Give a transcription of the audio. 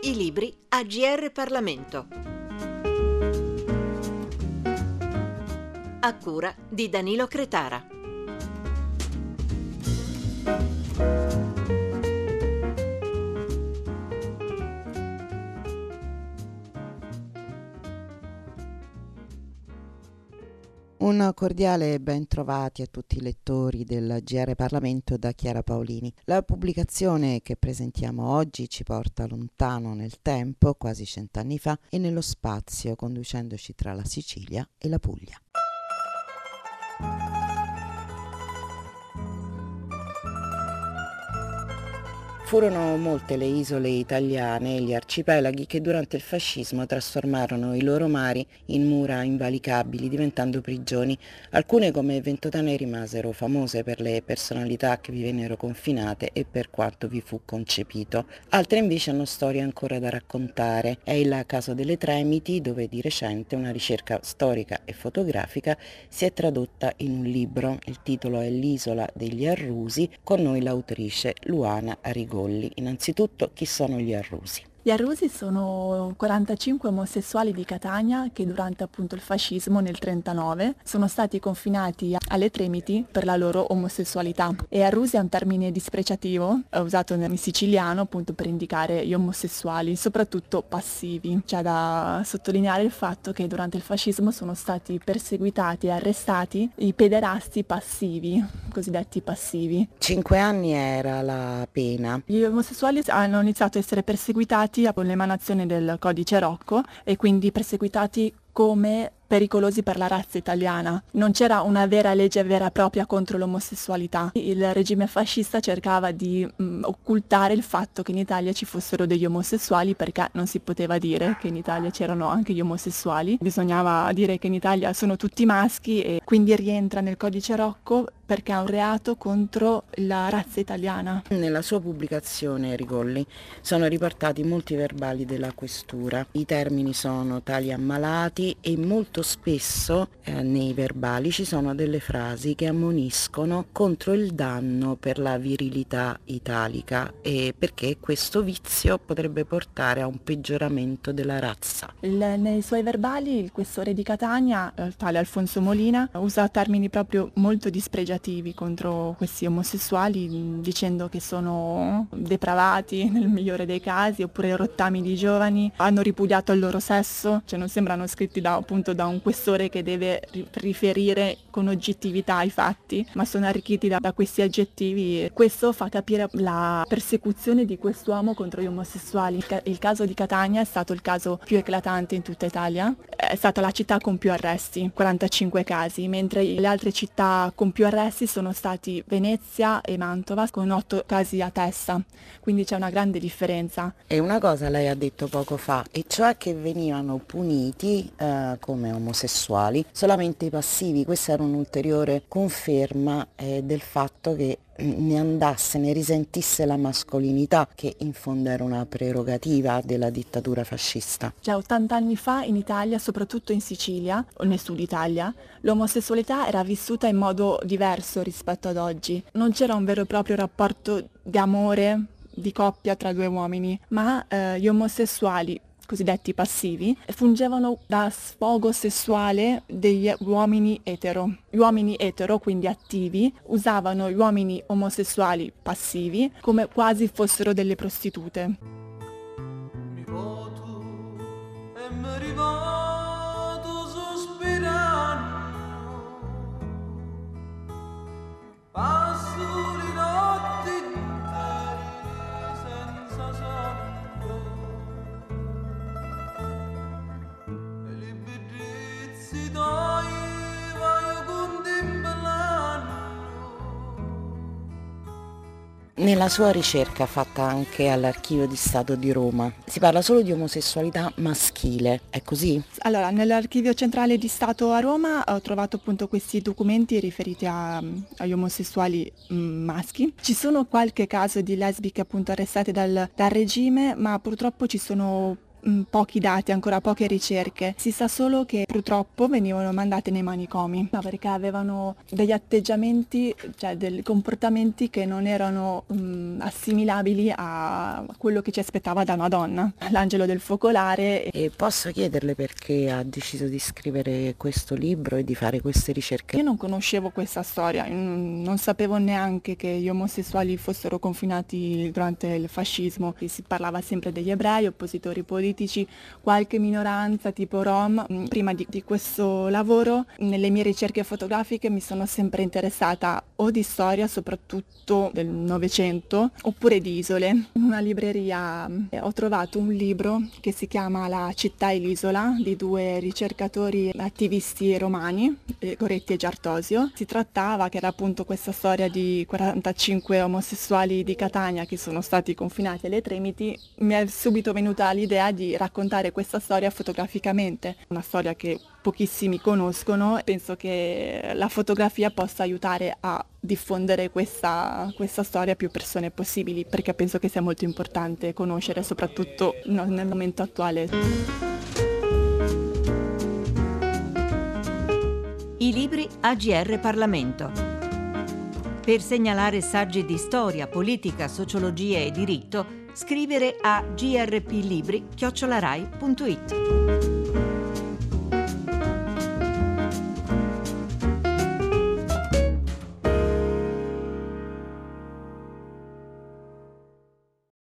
I libri a GR Parlamento. A cura di Danilo Cretara. Un cordiale ben trovati a tutti i lettori del GR Parlamento da Chiara Paolini. La pubblicazione che presentiamo oggi ci porta lontano nel tempo, quasi 100 anni fa, e nello spazio, conducendoci tra la Sicilia e la Puglia. Furono molte le isole italiane e gli arcipelaghi che durante il fascismo trasformarono i loro mari in mura invalicabili, diventando prigioni. Alcune, come Ventotene, rimasero famose per le personalità che vi vennero confinate e per quanto vi fu concepito. Altre invece hanno storie ancora da raccontare. È il caso delle Tremiti, dove di recente una ricerca storica e fotografica si è tradotta in un libro. Il titolo è L'isola degli Arrusi, con noi l'autrice Luana Rigolli. Innanzitutto, chi sono gli Arrusi? Gli Arrusi sono 45 omosessuali di Catania che durante appunto il fascismo nel 1939 sono stati confinati alle Tremiti per la loro omosessualità. E Arrusi è un termine dispregiativo usato in siciliano appunto per indicare gli omosessuali, soprattutto passivi. C'è da sottolineare il fatto che durante il fascismo sono stati perseguitati e arrestati i pederasti passivi, cosiddetti passivi. 5 anni era la pena. Gli omosessuali hanno iniziato a essere perseguitati con l'emanazione del codice Rocco e quindi perseguitati come pericolosi per la razza italiana. Non c'era una vera legge vera e propria contro l'omosessualità. Il regime fascista cercava di occultare il fatto che in Italia ci fossero degli omosessuali, perché non si poteva dire che in Italia c'erano anche gli omosessuali. Bisognava dire che in Italia sono tutti maschi e quindi rientra nel codice Rocco perché è un reato contro la razza italiana. Nella sua pubblicazione, Rigolli, sono riportati molti verbali della questura. I termini sono tali ammalati e molto spesso nei verbali ci sono delle frasi che ammoniscono contro il danno per la virilità italica e perché questo vizio potrebbe portare a un peggioramento della razza. Nei suoi verbali il questore di Catania, tale Alfonso Molina, usa termini proprio molto dispregiativi contro questi omosessuali, dicendo che sono depravati nel migliore dei casi, oppure rottami di giovani, hanno ripudiato il loro sesso, cioè non sembrano scritti da un questore che deve riferire con oggettività i fatti, ma sono arricchiti da questi aggettivi. Questo fa capire la persecuzione di quest'uomo contro gli omosessuali. Il caso di Catania è stato il caso più eclatante in tutta Italia, è stata la città con più arresti, 45 casi, mentre le altre città con più arresti sono stati Venezia e Mantova, con 8 casi a testa, quindi c'è una grande differenza. E una cosa lei ha detto poco fa, e cioè che venivano puniti come omosessuali solamente i passivi. Questa era un'ulteriore conferma del fatto che ne risentisse la mascolinità, che in fondo era una prerogativa della dittatura fascista. Già 80 anni fa in Italia, soprattutto in Sicilia o nel sud Italia, l'omosessualità era vissuta in modo diverso rispetto ad oggi. Non c'era un vero e proprio rapporto di amore, di coppia tra due uomini, ma gli omosessuali cosiddetti passivi, fungevano da sfogo sessuale degli uomini etero. Gli uomini etero, quindi attivi, usavano gli uomini omosessuali passivi come quasi fossero delle prostitute. Mi voto e mi rivoto sospirando, passo le notti intere senza sonno. Nella sua ricerca fatta anche all'Archivio di Stato di Roma si parla solo di omosessualità maschile, è così? Allora, nell'Archivio Centrale di Stato a Roma ho trovato appunto questi documenti riferiti agli omosessuali maschi. Ci sono qualche caso di lesbiche appunto arrestate dal regime, ma purtroppo ci sono pochi dati, ancora poche ricerche. Si sa solo che purtroppo venivano mandate nei manicomi, perché avevano degli atteggiamenti, cioè dei comportamenti che non erano assimilabili a quello che ci aspettava da una donna. L'angelo del focolare. E posso chiederle perché ha deciso di scrivere questo libro e di fare queste ricerche? Io non conoscevo questa storia, non sapevo neanche che gli omosessuali fossero confinati durante il fascismo. Si parlava sempre degli ebrei, oppositori politici, qualche minoranza tipo Rom. Prima di questo lavoro, nelle mie ricerche fotografiche mi sono sempre interessata o di storia, soprattutto del Novecento, oppure di isole. In una libreria ho trovato un libro che si chiama La città e l'isola, di due ricercatori attivisti romani, Goretti e Giartosio. Si trattava che era appunto questa storia di 45 omosessuali di Catania che sono stati confinati alle Tremiti. Mi è subito venuta l'idea di raccontare questa storia fotograficamente, una storia che pochissimi conoscono. Penso che la fotografia possa aiutare a diffondere questa storia a più persone possibili, perché penso che sia molto importante conoscere, soprattutto nel momento attuale. I libri AGR Parlamento. Per segnalare saggi di storia, politica, sociologia e diritto, scrivere a grplibri@rai.it.